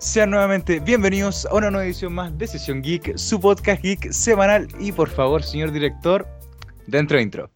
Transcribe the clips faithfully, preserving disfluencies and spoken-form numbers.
Sean nuevamente bienvenidos a una nueva edición más de Sesión Geek, su podcast geek semanal. Y por favor, señor director, dentro intro.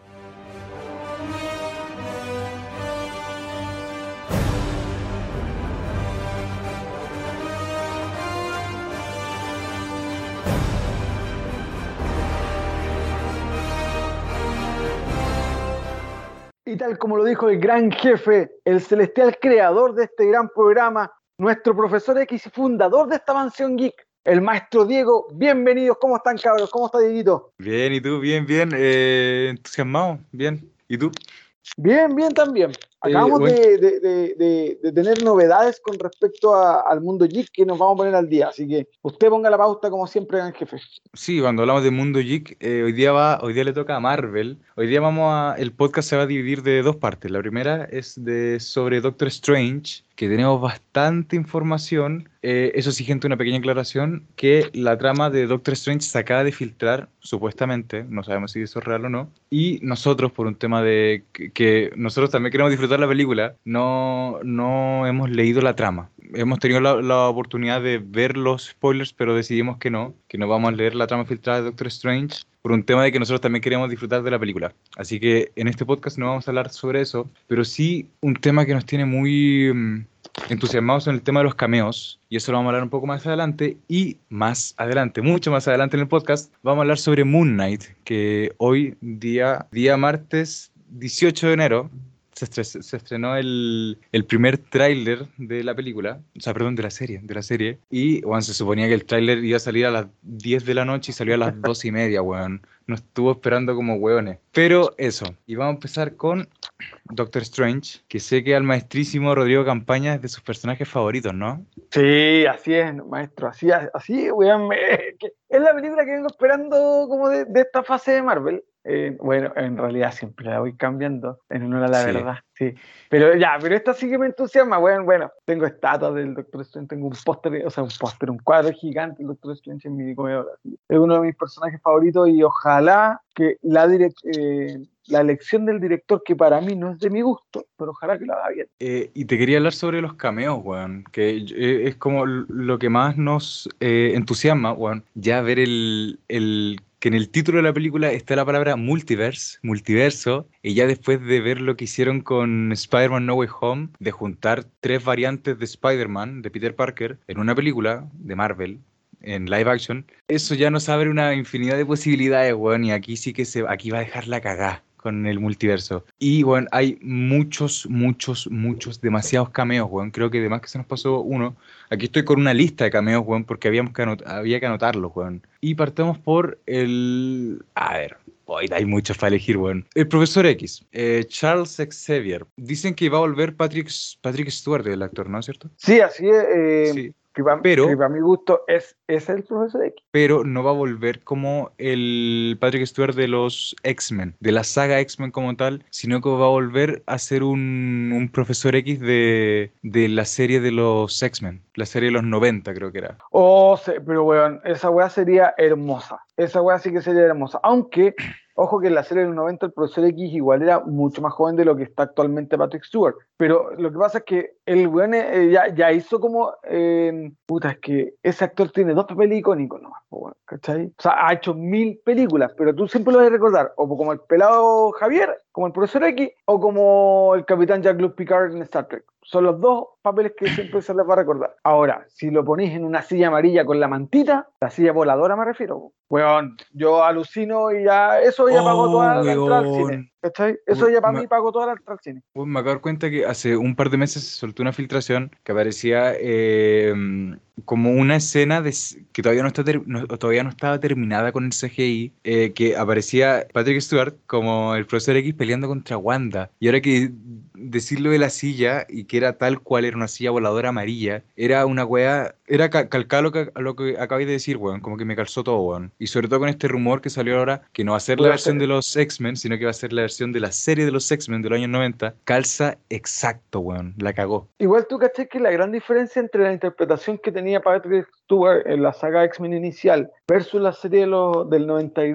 Y tal como lo dijo el gran jefe, el celestial creador de este gran programa, nuestro profesor X y fundador de esta mansión geek, el maestro Diego. Bienvenidos, ¿cómo están, cabros? ¿Cómo está, Dieguito? Bien, ¿y tú? Bien, bien. Eh, entusiasmado, bien. ¿Y tú? Bien, bien también. Eh, Acabamos bueno, de, de, de, de, de tener novedades con respecto a, al mundo geek que nos vamos a poner al día. Así que usted ponga la pauta como siempre, gran jefe. sí, cuando hablamos de Mundo Geek, eh, hoy día va, hoy día le toca a Marvel. Hoy día vamos a, el podcast se va a dividir de dos partes. La primera es de sobre Doctor Strange, que tenemos bastante información. Eh, eso sí, gente, una pequeña aclaración, que la trama de Doctor Strange se acaba de filtrar, supuestamente, no sabemos si eso es real o no. Y nosotros, por un tema de que, que nosotros también queremos disfrutar la película, no, no hemos leído la trama. Hemos tenido la, la oportunidad de ver los spoilers, pero decidimos que no, que no vamos a leer la trama filtrada de Doctor Strange por un tema de que nosotros también queremos disfrutar de la película. Así que en este podcast no vamos a hablar sobre eso, pero sí un tema que nos tiene muy mm, entusiasmados en el tema de los cameos, y eso lo vamos a hablar un poco más adelante, y más adelante, mucho más adelante en el podcast, vamos a hablar sobre Moon Knight, que hoy, día, día martes dieciocho de enero, se, estre- se estrenó el, el primer tráiler de la película, o sea, perdón, de la serie, de la serie, y, bueno, se suponía que el tráiler iba a salir a las diez de la noche y salió a las dos y media, weón. Nos estuvo esperando como hueones. Pero eso, y vamos a empezar con Doctor Strange, que sé que al maestrísimo Rodrigo Campaña es de sus personajes favoritos, ¿no? Sí, así es, maestro. Así, así, weón. me- que Es la película que vengo esperando como de, de esta fase de Marvel. Eh, bueno, en realidad siempre la voy cambiando en honor a la Sí. verdad, sí. Pero ya, pero esta sí que me entusiasma. Bueno, bueno, tengo estatuas del Doctor Strange, tengo un póster, o sea, un póster, un cuadro gigante del Doctor Strange en mi comedor. Así. Es uno de mis personajes favoritos y ojalá que la, direc eh, la elección del director, que para mí no es de mi gusto, pero ojalá que lo haga bien. Eh, y te quería hablar sobre los cameos, weón, que eh, es como l- lo que más nos eh, entusiasma, weón, ya ver el, el que en el título de la película está la palabra multiverse, multiverso, y ya después de ver lo que hicieron con Spider-Man No Way Home, de juntar tres variantes de Spider-Man, de Peter Parker, en una película de Marvel, en live action, eso ya nos abre una infinidad de posibilidades, weón, y aquí sí que se, aquí va a dejar la cagá con el multiverso. Y bueno, hay muchos, muchos, muchos, demasiados cameos, weón. Creo que además que se nos pasó uno. Aquí estoy con una lista de cameos, weón, porque habíamos que anot- había que anotarlos, weón. Y partamos por el... A ver, hoy hay muchos para elegir, weón. El profesor X, eh, Charles Xavier. Dicen que va a volver Patrick, Patrick Stewart, el actor, ¿no es cierto? Sí, así es, eh, Sí. que para que Pero pa mi gusto es, es el profesor X. pero no va a volver como el Patrick Stewart de los X-Men, de la saga X-Men como tal, sino que va a volver a ser un, un profesor X de, de la serie de los X-Men, la serie de los noventa creo que era. Oh, sí, pero weón, esa weá sería hermosa. Esa weá sí que sería hermosa. Aunque, ojo que en la serie de los noventa el profesor X igual era mucho más joven de lo que está actualmente Patrick Stewart. Pero lo que pasa es que el weón eh, ya, ya hizo como. Eh, puta, es que ese actor tiene dos papeles icónicos nomás, po, weón, ¿cachai? O sea, ha hecho mil películas, pero tú siempre lo vas a recordar, o como el pelado Javier, como el profesor X, o como el capitán Jean-Luc Picard en Star Trek. Son los dos papeles que siempre se les va a recordar. Ahora, si lo ponís en una silla amarilla con la mantita, la silla voladora me refiero, weón, yo alucino y ya, eso ya pagó Oh, toda la entrada al cine, weón. ¿cachai? Eso Weón, ya para Me, mí pagó toda la entrada al cine. weón, me acabo de dar cuenta que hace un par de meses se soltó una filtración que aparecía eh, como una escena de, s- que todavía no, está ter- no- todavía no estaba terminada con el C G I, eh, que aparecía Patrick Stewart como el profesor X peleando contra Wanda. Y ahora que decirlo de la silla y que era tal cual era una silla voladora amarilla, era una weá, era ca- calcado lo que, a lo que acabáis de decir, weón, como que me calzó todo, weón. Y sobre todo con este rumor que salió ahora, que no va a ser la Puede versión de ser. los X-Men, sino que va a ser la versión de la serie de los X-Men de los años noventa, calza exacto, weón, la cagó. Igual tú caché que la gran diferencia entre la interpretación que tenía Patrick Stewart en la saga X-Men inicial versus la serie de los, del noventa y dos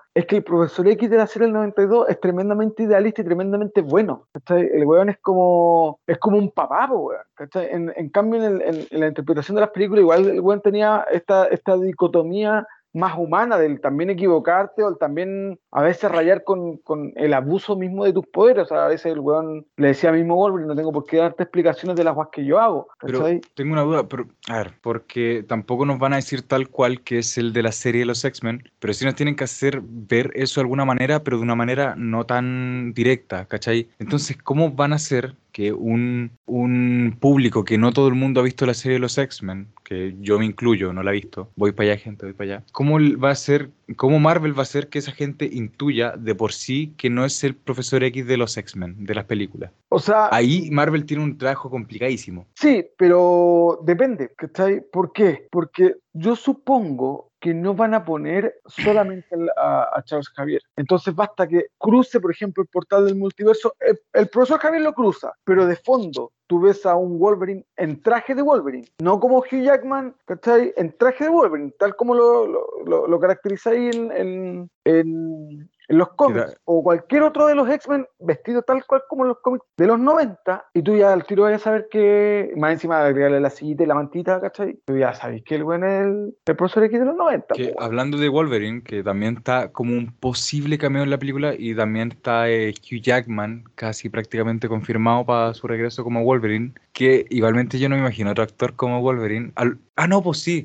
es que el profesor X de la serie del noventa y dos es tremendamente idealista y tremendamente bueno, ¿cachai? El weón es como, es como un papá, po, weón, ¿cachai? En, en cambio, en, el- en- en la interpretación de las películas, igual el weón tenía esta, esta dicotomía más humana del también equivocarte o el también a veces rayar con, con el abuso mismo de tus poderes. O sea, a veces el weón le decía a mismo Wolverine, no tengo por qué darte explicaciones de las guas que yo hago, Pero ¿cachai? tengo una duda, pero, a ver, porque tampoco nos van a decir tal cual que es el de la serie de los X-Men, pero sí nos tienen que hacer ver eso de alguna manera, pero de una manera no tan directa, ¿cachai? Entonces, ¿cómo van a hacer que un, un público que no todo el mundo ha visto la serie de los X-Men, que yo me incluyo, no la he visto, voy para allá, gente, voy para allá, ¿cómo l- va a ser, cómo Marvel va a hacer que esa gente intuya de por sí que no es el Profesor X de los X-Men, de las películas? O sea, Ahí Marvel tiene un trabajo complicadísimo. sí, pero depende, ¿cachai? ¿Por qué? Porque yo supongo que no van a poner solamente al- a, a Charles Javier. Entonces basta que cruce, por ejemplo, el portal del multiverso. El, el profesor Javier lo cruza, pero de fondo tú ves a un Wolverine en traje de Wolverine, no como Hugh Jackman, ¿cachai? En traje de Wolverine, tal como lo, lo, lo, lo caracteriza ahí en, en, en- en los Queda- cómics, o cualquier otro de los X-Men vestido tal cual como en los cómics de los noventa, y tú ya al tiro vas a saber que, más encima de agregarle la sillita y la mantita, ¿cachai? Tú ya sabes que el buen es el, el profesor X de los noventa, que pues, weón. hablando de Wolverine, que también está como un posible cameo en la película, y también está eh, Hugh Jackman, casi prácticamente confirmado para su regreso como Wolverine, que igualmente yo no me imagino otro actor como Wolverine. Al- ah, no, pues sí,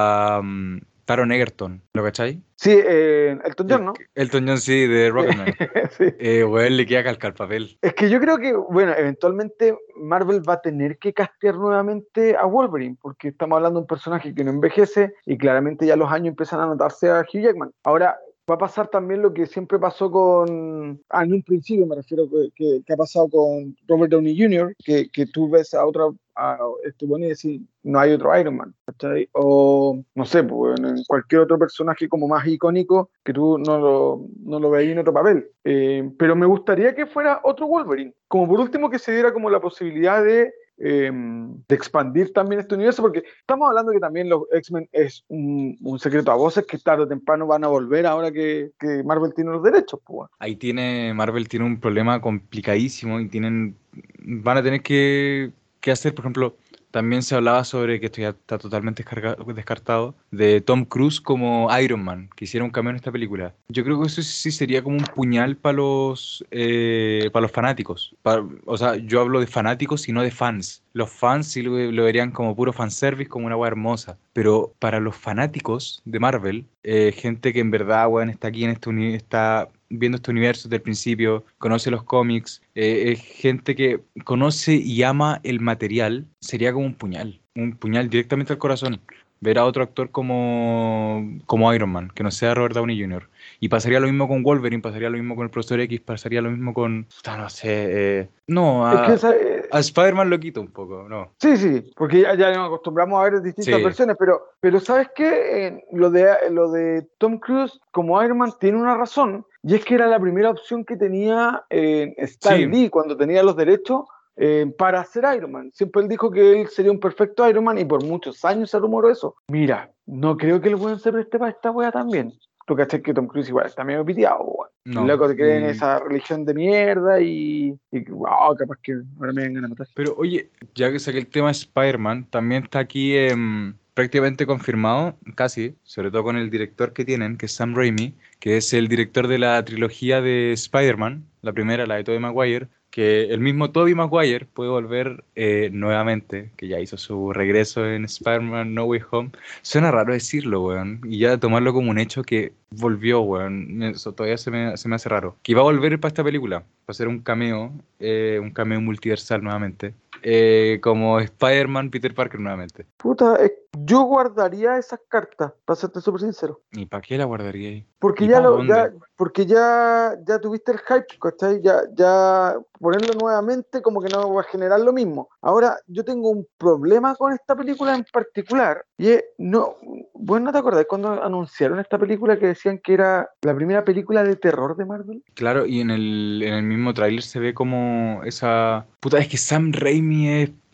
a mm, Taron Egerton, ¿lo cachai? Sí, eh, Elton John, El, ¿no? Elton John, sí, de Sí, Rocketman. sí. Eh, weón, le queda calcar papel. Es que yo creo que, bueno, eventualmente Marvel va a tener que castear nuevamente a Wolverine, porque estamos hablando de un personaje que no envejece y claramente ya los años empiezan a notarse a Hugh Jackman. Ahora, va a pasar también lo que siempre pasó con, ah, en un principio me refiero que, que- que ha pasado con Robert Downey junior, que, que tú ves a otra, a este bueno y decís, no hay otro Iron Man, ¿cachai? O, no sé, pues, en en cualquier otro personaje como más icónico que tú no lo, no lo veías en otro papel. Eh, pero me gustaría que fuera otro Wolverine. Como por último que se diera como la posibilidad de, eh, de expandir también este universo, porque estamos hablando que también los X-Men es un, un secreto a voces que tarde o temprano van a volver ahora que, que Marvel tiene los derechos, pues, bueno. Ahí tiene, Marvel tiene un problema complicadísimo y tienen, van a tener que, que hacer, por ejemplo, también se hablaba sobre que esto ya está totalmente descarga- descartado, de Tom Cruise como Iron Man, que hiciera un cameo en esta película. Yo creo que eso sí sería como un puñal para los, eh, para los fanáticos. Pa- o sea, yo hablo de fanáticos y no de fans. Los fans sí lo, lo verían como puro fanservice, como una weá hermosa. Pero para los fanáticos de Marvel, eh, gente que en verdad, weón, está aquí en este uni- está viendo este universo desde el principio, conoce los cómics, eh, es gente que conoce y ama el material, sería como un puñal, un puñal directamente al corazón. Ver a otro actor como, como Iron Man, que no sea Robert Downey junior Y pasaría lo mismo con Wolverine, pasaría lo mismo con el Profesor X, pasaría lo mismo con... puta, no sé... eh, no, Es que a, esa, eh, a Spider-Man lo quito un poco, no. sí, sí, porque ya, ya nos acostumbramos a ver distintas Sí, versiones, pero, pero ¿sabes qué? Eh, lo de, lo de Tom Cruise como Iron Man tiene una razón, y es que era la primera opción que tenía eh, Stan sí, Lee cuando tenía los derechos eh, para hacer Iron Man. Siempre él dijo que él sería un perfecto Iron Man y por muchos años se rumoró eso. Mira, no creo que el weón se preste para esta wea también. Tú cachai que Tom Cruise igual está medio piteado, weón. El no. loco se cree en Y esa religión de mierda y, y wow, capaz que ahora me vengan a matar. pero oye, ya que saqué el tema de Spider-Man, también está aquí em, prácticamente confirmado, casi, sobre todo con el director que tienen, que es Sam Raimi, que es el director de la trilogía de Spider-Man, la primera, la de Tobey Maguire, que el mismo Tobey Maguire puede volver eh, nuevamente, que ya hizo su regreso en Spider-Man No Way Home. Suena raro decirlo, weón, y ya tomarlo como un hecho que volvió, weón, eso todavía se me, se me hace raro. Que iba a volver para esta película, para hacer un cameo, eh, un cameo multiversal nuevamente, eh, como Spider-Man Peter Parker nuevamente. Puta, eh, yo guardaría esas cartas, para serte súper sincero. ¿Y para qué la guardaría ahí? Porque ¿Y ya para lo, ya, dónde? porque ya, ya tuviste el hype, ¿cachai? Ya, ya ponerlo nuevamente como que no va a generar lo mismo. Ahora, yo tengo un problema con esta película en particular, y es, no, ¿vos no te acordás cuando anunciaron esta película que decían que era la primera película de terror de Marvel? Claro, y en el, en el mismo tráiler se ve como esa... Puta, es que Sam Raimi es,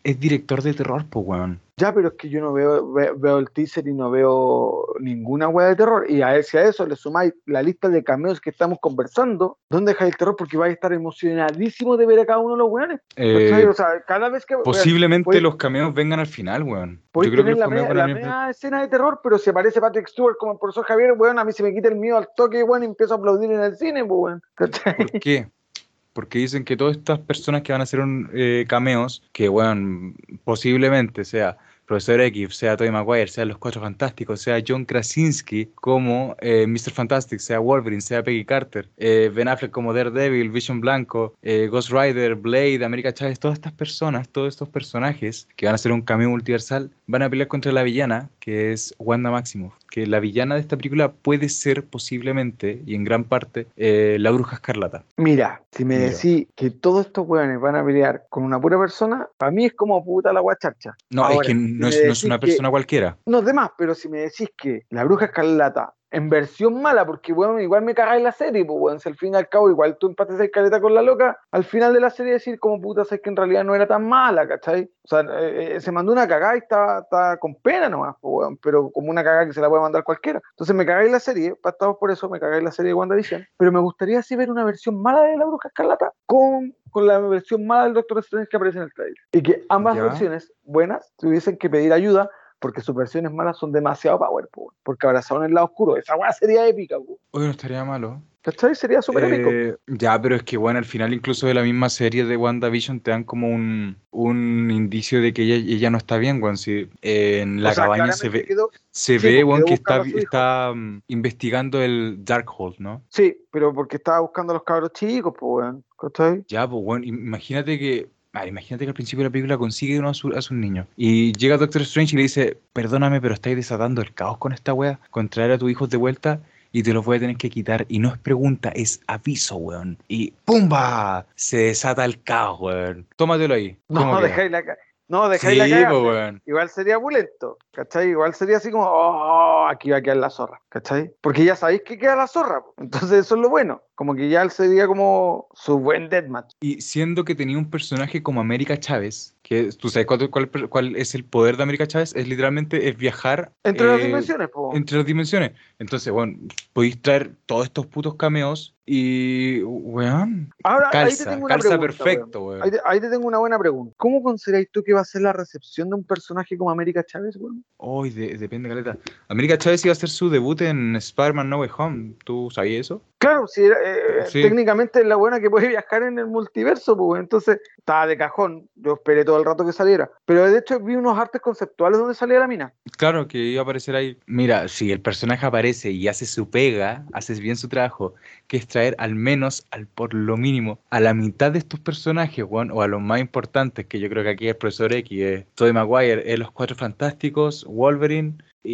es director de terror, pues, weón. Ya, pero es que yo no veo, ve- veo el teaser y no veo ninguna weá de terror. Y a ese, a eso le sumáis la lista de cameos que estamos conversando. ¿Dónde dejáis el terror? Porque vais a estar emocionadísimo de ver a cada uno de los weones. ¿Cachai? Eh, O sea, cada vez que weón, posiblemente podéis, los cameos vengan al final, weón. Yo podéis creo que tener los la cameos media, van a la venir al final. media escena de terror, pero si aparece Patrick Stewart como el profesor Javier, weón, a mí se me quita el miedo al toque, weón, y empiezo a aplaudir en el cine, pues, weón. ¿Cachai? ¿Por qué? Porque dicen que todas estas personas que van a hacer un, eh, cameos, que bueno, posiblemente sea Profesor X, sea Tobey Maguire, sea Los Cuatro Fantásticos, sea John Krasinski como eh, mister Fantastic, sea Wolverine, sea Peggy Carter, eh, Ben Affleck como Daredevil, Vision Blanco, eh, Ghost Rider, Blade, América Chávez, todas estas personas, todos estos personajes que van a hacer un cameo multiversal, van a pelear contra la villana, que es Wanda Maximoff. Que la villana de esta película puede ser posiblemente, y en gran parte, eh, la Bruja Escarlata. Mira, si me Mira. decís que todos estos weones van a pelear con una pura persona, para mí es como puta la guacharcha. No, es que Ahora, si no me es, no es decís una que persona cualquiera. no, demás, pero si me decís que la Bruja Escarlata en versión mala, porque bueno, igual me cagáis la serie, pues bueno, si al fin y al cabo igual tú empates de caleta con la loca, al final de la serie decir como puta, sabes que en realidad no era tan mala, ¿cachai? O sea, eh, eh, se mandó una cagada y está, está con pena nomás, pues bueno, pero como una cagada que se la puede mandar cualquiera. Entonces me cagáis la serie, pactados por eso, me cagáis la serie de WandaVision, pero me gustaría así ver una versión mala de la Bruja Escarlata con, con la versión mala del Doctor Strange que aparece en el trailer. Y que ambas Ya. versiones buenas tuviesen que pedir ayuda porque sus versiones malas son demasiado power, po, porque abrazaron el lado oscuro. Esa weá sería épica, po. Hoy no estaría malo. ¿Cachai? Sería súper épico. Eh, ya, pero es que bueno, al final incluso de la misma serie de WandaVision te dan como un, un indicio de que ella, ella no está bien, weón. Si, eh, en O la sea, cabaña se claramente ve, quedó, se sí, ve, pues weón, quedó que está, buscando a su hijo. está mm, investigando el Darkhold, ¿no? Sí, pero porque estaba buscando a los cabros chicos, pues, weón. ¿Cachai? Ya, pues bueno, imagínate que, ah, imagínate que al principio de la película consigue uno a, su- a sus niños y llega Doctor Strange y le dice, perdóname, pero estáis desatando el caos con esta wea, con traer a tus hijos de vuelta y te los voy a tener que quitar. Y no es pregunta, es aviso, weón. Y ¡pumba! Se desata el caos, weón. Tómatelo ahí. ¿Cómo No, queda? dejáis la, ca- no, dejáis la Sí, pues cagada. weón. Igual sería bulento, ¿cachai? Igual sería así como, oh, aquí va a quedar la zorra, ¿cachai? Porque ya sabéis que queda la zorra, po. Entonces eso es lo bueno. Como que ya él sería como su buen deathmatch. Y siendo que tenía un personaje como América Chávez, que tú sabes cuál, cuál- cuál es el poder de América Chávez, es literalmente es viajar Entre las eh, dimensiones, pues. entre las dimensiones. Entonces, bueno, podéis traer todos estos putos cameos y, weón, Ahora, ahí te calza, tengo una calza pregunta, weón. perfecto, Ahí weón. te, ahí te tengo una buena pregunta. ¿Cómo consideráis tú que va a ser la recepción de un personaje como América Chávez, weón? Hoy depende, caleta. América Chávez iba a hacer su debut en Spider-Man No Way Home. ¿Tú sabías eso? Claro, si era, eh, Sí. técnicamente es la buena que puede viajar en el multiverso, pues, weón. Entonces estaba de cajón. Yo esperé todo el rato que saliera. Pero de hecho vi unos artes conceptuales donde salía la mina. Claro que iba a aparecer ahí. Mira, si el personaje aparece y hace su pega, haces bien su trabajo, que es traer al menos, al por lo mínimo, a la mitad de estos personajes, weón, o a los más importantes, que yo creo que aquí es el Profesor X, es Tobey Maguire, es los Cuatro Fantásticos, Wolverine,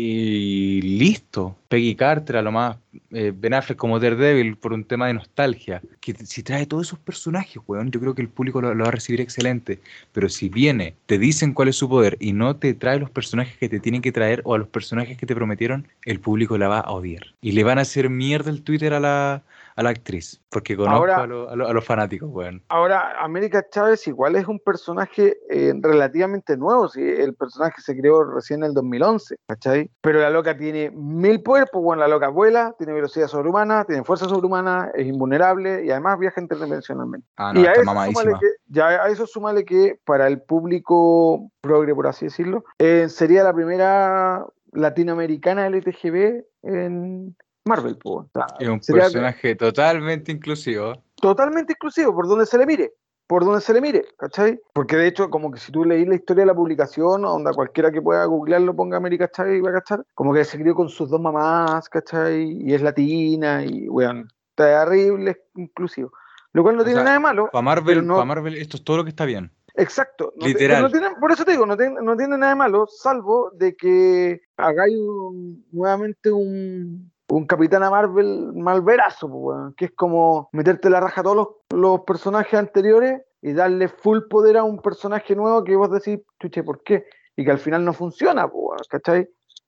y listo. Peggy Carter, a lo más, eh, Ben Affleck como Daredevil, por un tema de nostalgia. Que t- si trae todos esos personajes, weón, yo creo que el público lo, lo va a recibir excelente. Pero si viene, te dicen cuál es su poder y no te trae los personajes que te tienen que traer o a los personajes que te prometieron, el público la va a odiar. Y le van a hacer mierda el Twitter a la, a la actriz. Porque conozco a, Ahora, lo- a lo- a los fanáticos, weón. ahora América Chávez igual es un personaje eh, relativamente nuevo. ¿Sí? El personaje se creó recién en el dos mil once, ¿cachai? Pero la loca tiene mil poderes, pues bueno, la loca vuela, tiene velocidad sobrehumana, tiene fuerza sobrehumana, es invulnerable y además viaja interdimensionalmente. Ah, no, Y a está eso súmale mamadísima. que, ya a eso súmale que para el público progre, por así decirlo, eh, sería la primera latinoamericana L G T B en Marvel, pues. O sea, Es un sería personaje totalmente inclusivo. totalmente exclusivo por donde se le mire. Por donde se le mire, ¿cachai? Porque de hecho, como que si tú leís la historia de la publicación, onda cualquiera que pueda googlearlo, ponga América Chávez y va a cachar, como que se crió con sus dos mamás, ¿cachai? Y es latina, y weón, terrible, inclusivo. Lo cual no O tiene sea, nada de malo, para pero Marvel, para no, Marvel esto es todo lo que está bien. exacto, no te- pero no Literal. tiene, por eso te digo, no tiene, no tiene nada de malo, salvo de que hagáis un- nuevamente un, un Capitana Marvel malverazo, pues, weón, que es como meterte la raja a todos los, los personajes anteriores y darle full poder a un personaje nuevo que vos decís, chuche, ¿por qué? Y que al final no funciona, pues, weón, ¿cachai?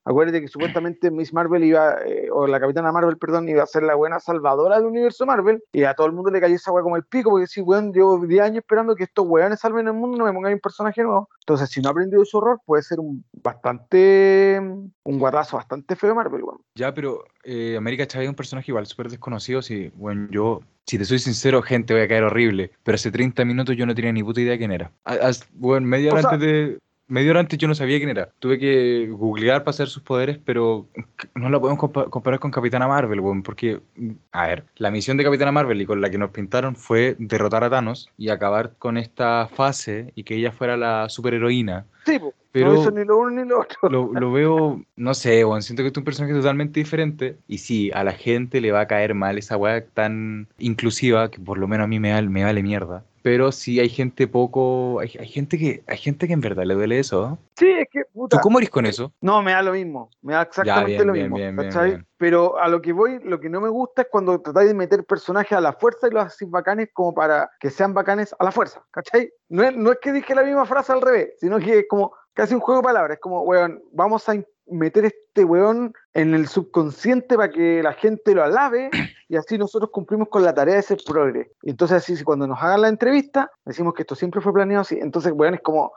Acuérdate que supuestamente Miss Marvel iba, eh, o la Capitana Marvel, perdón, iba a ser la buena salvadora del universo Marvel, y a todo el mundo le cayó esa weá como el pico, porque si, weón, llevo diez años esperando que estos weones salven el mundo, no me pongan un personaje nuevo. Entonces, si no ha aprendido su error, puede ser un bastante, un guatazo bastante feo de Marvel, weón. Ya, pero eh, América Chávez es un personaje igual súper desconocido. Sí, bueno, yo, si te soy sincero, gente, voy a caer horrible. Pero hace treinta minutos yo no tenía ni puta idea quién era. A- as- bueno, media O hora sea, antes de. Media hora antes yo no sabía quién era. Tuve que googlear para saber sus poderes, pero no la podemos compa- comparar con Capitana Marvel, weón, porque, a ver, la misión de Capitana Marvel y con la que nos pintaron fue derrotar a Thanos y acabar con esta fase y que ella fuera la superheroína. sí, po, no hizo Pero ni lo uno ni lo otro. lo, lo veo, no sé, weón, siento que es un personaje totalmente diferente. Y sí, a la gente le va a caer mal esa weá tan inclusiva, que por lo menos a mí me, val- me vale mierda. Pero sí hay gente poco, hay, hay gente que, hay gente que en verdad le duele eso, ¿no? Sí, es que, ¿Tú puta, cómo eres con eso? no, me da lo mismo, me da Ya, exactamente bien, lo bien, mismo, bien, bien, ¿cachai? bien. Pero a lo que voy, lo que no me gusta es cuando tratáis de meter personajes a la fuerza y los hacéis bacanes como para que sean bacanes a la fuerza, ¿cachai? No es, no es que dije la misma frase al revés, sino que es como casi un juego de palabras, es como, weón, vamos a in- meter este weón en el subconsciente para que la gente lo alabe y así nosotros cumplimos con la tarea de ser progre. Y entonces así, si cuando nos hagan la entrevista, decimos que esto siempre fue planeado así, entonces, weón, es como...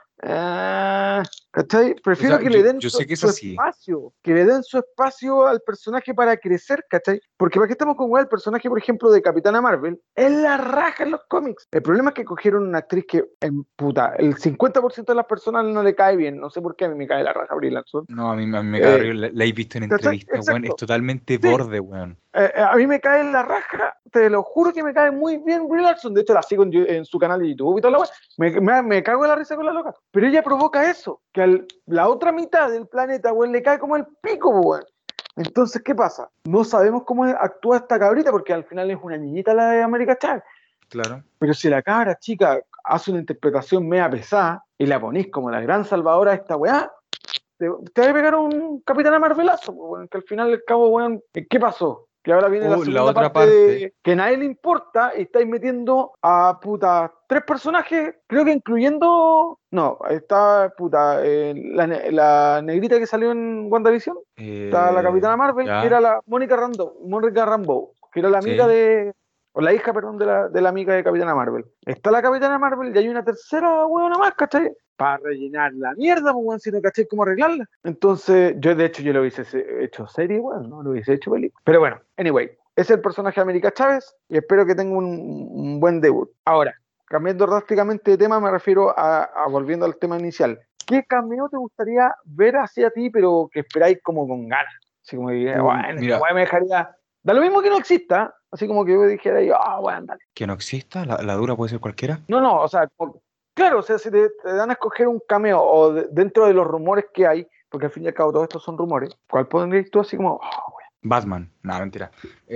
ah, ¿cachai? O Prefiero sea, que yo, le den yo su, sé que es su así. espacio, que le den su espacio al personaje para crecer, ¿cachai? Porque para qué estamos con weá, el personaje, por ejemplo, de Capitana Marvel, es la raja en los cómics. El problema es que cogieron una actriz que, en puta, el cincuenta por ciento de las personas no le cae bien, no sé por qué a mí me cae la raja Brie Larson. No, a mí, a mí me cae Eh, horrible. La, la he visto en ¿Cachai? entrevistas, weón. Es Exacto. totalmente Sí, borde, weón. eh, eh, a mí me cae en la raja, te lo juro que me cae muy bien Brie Larson. De hecho, la sigo en, Yu- en su canal de YouTube y toda la weá. Me, me, me cago en la risa con la loca. Pero ella provoca eso, que a la otra mitad del planeta, weón, le cae como el pico, weón. Entonces, ¿qué pasa? No sabemos cómo actúa esta cabrita, porque al final es una niñita la de América Chávez. Claro. Pero si la cabra chica hace una interpretación media pesada y la ponís como la gran salvadora de esta weá, te, te va a pegar un Capitán Marvelazo, pues, weón, que al final del cabo, weón, ¿qué pasó? Que ahora viene la O la segunda otra parte parte, de que a nadie le importa y estáis metiendo a puta tres personajes, creo que incluyendo, no, está puta, eh, la, ne- la negrita que salió en WandaVision, está la eh, Capitana Marvel, que era ya, la Mónica Rambeau, Mónica Rambeau, que era la amiga sí. de, o la hija, perdón, de la, de la amiga de Capitana Marvel. Está la Capitana Marvel y hay una tercera huevona más, ¿cachai? Para rellenar la mierda, pues, weón, si no caché cómo arreglarla. Entonces, yo de hecho yo lo hubiese se- hecho serie, weón, no lo hubiese hecho película. Pero bueno, anyway, es el personaje de América Chávez y espero que tenga un, un buen debut. Ahora, cambiando drásticamente de tema, me refiero a, a volviendo al tema inicial. ¿Qué cameo te gustaría ver hacia ti, pero que esperáis como con ganas? Así como que, Uh, bueno, esta mira, weá me dejaría. Da lo mismo que no exista, así como que yo dijera, yo, ah, weón, dale. que no exista, la, la dura puede ser cualquiera. No, no, o sea, por- claro, o sea, si te, te dan a escoger un cameo o de- dentro de los rumores que hay, porque al fin y al cabo todos estos son rumores, ¿cuál pondrías tú así como, oh, weón? Batman, no, mentira.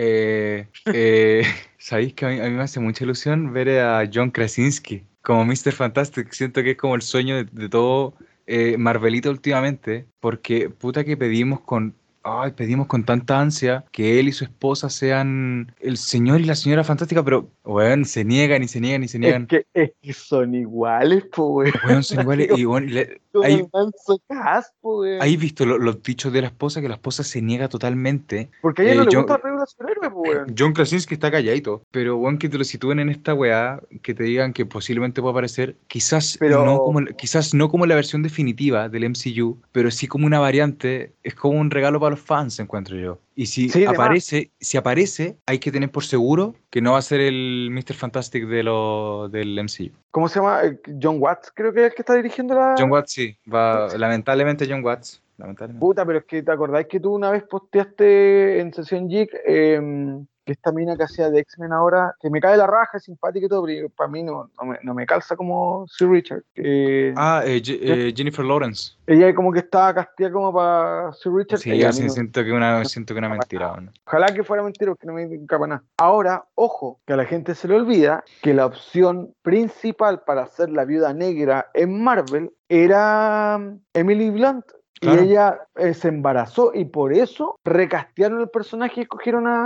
Eh, eh, ¿sabéis que a mí, a mí me hace mucha ilusión ver a John Krasinski como míster Fantastic? Siento que es como el sueño de, de todo eh, Marvelito últimamente, porque puta que pedimos con, ay, pedimos con tanta ansia que él y su esposa sean el señor y la señora fantástica, pero, weón, se niegan y se niegan y se Es niegan. que, es que son iguales, pues, weón. Weón, son Así iguales como, y, weón, y le- como el hay, manso caspo, ¿Has weón. visto lo- los dichos de la esposa? Que la esposa se niega totalmente. Porque a ella no Eh, le gusta John, la película de superhéroes, pues, weón. John Krasinski está calladito, pero bueno, que te lo sitúen en esta weá, que te digan que posiblemente pueda aparecer, quizás no Pero, como, la- quizás no como la versión definitiva del M C U, pero sí como una variante, es como un regalo para los fans, encuentro yo. Y si sí, demás. aparece, si aparece, hay que tener por seguro que no va a ser el míster Fantastic de lo, del M C U. ¿Cómo se llama? Eh, John Watts, creo que es el que está dirigiendo John la. Watts sí, va, lamentablemente John Watts, lamentablemente. Puta, pero es que te acordáis que tú una vez posteaste en Sesión Geek eh, que esta mina que hacía de X-Men ahora, que me cae la raja, es simpática y todo, pero para mí no, no, me, no me calza como Sir Richard. Que, Ah, eh, Je- que eh, Jennifer Lawrence. ella como que estaba castigada como para Sir Richard, Sí, ella yo a mí sí no, siento que una, no siento que una me gusta para mentira, nada. bueno. Ojalá que fuera mentira porque no me encapa nada. Ahora, ojo, que a la gente se le olvida que la opción principal para ser la viuda negra en Marvel era Emily Blunt. Y Claro. ella eh, se embarazó y por eso recastearon el personaje y escogieron a,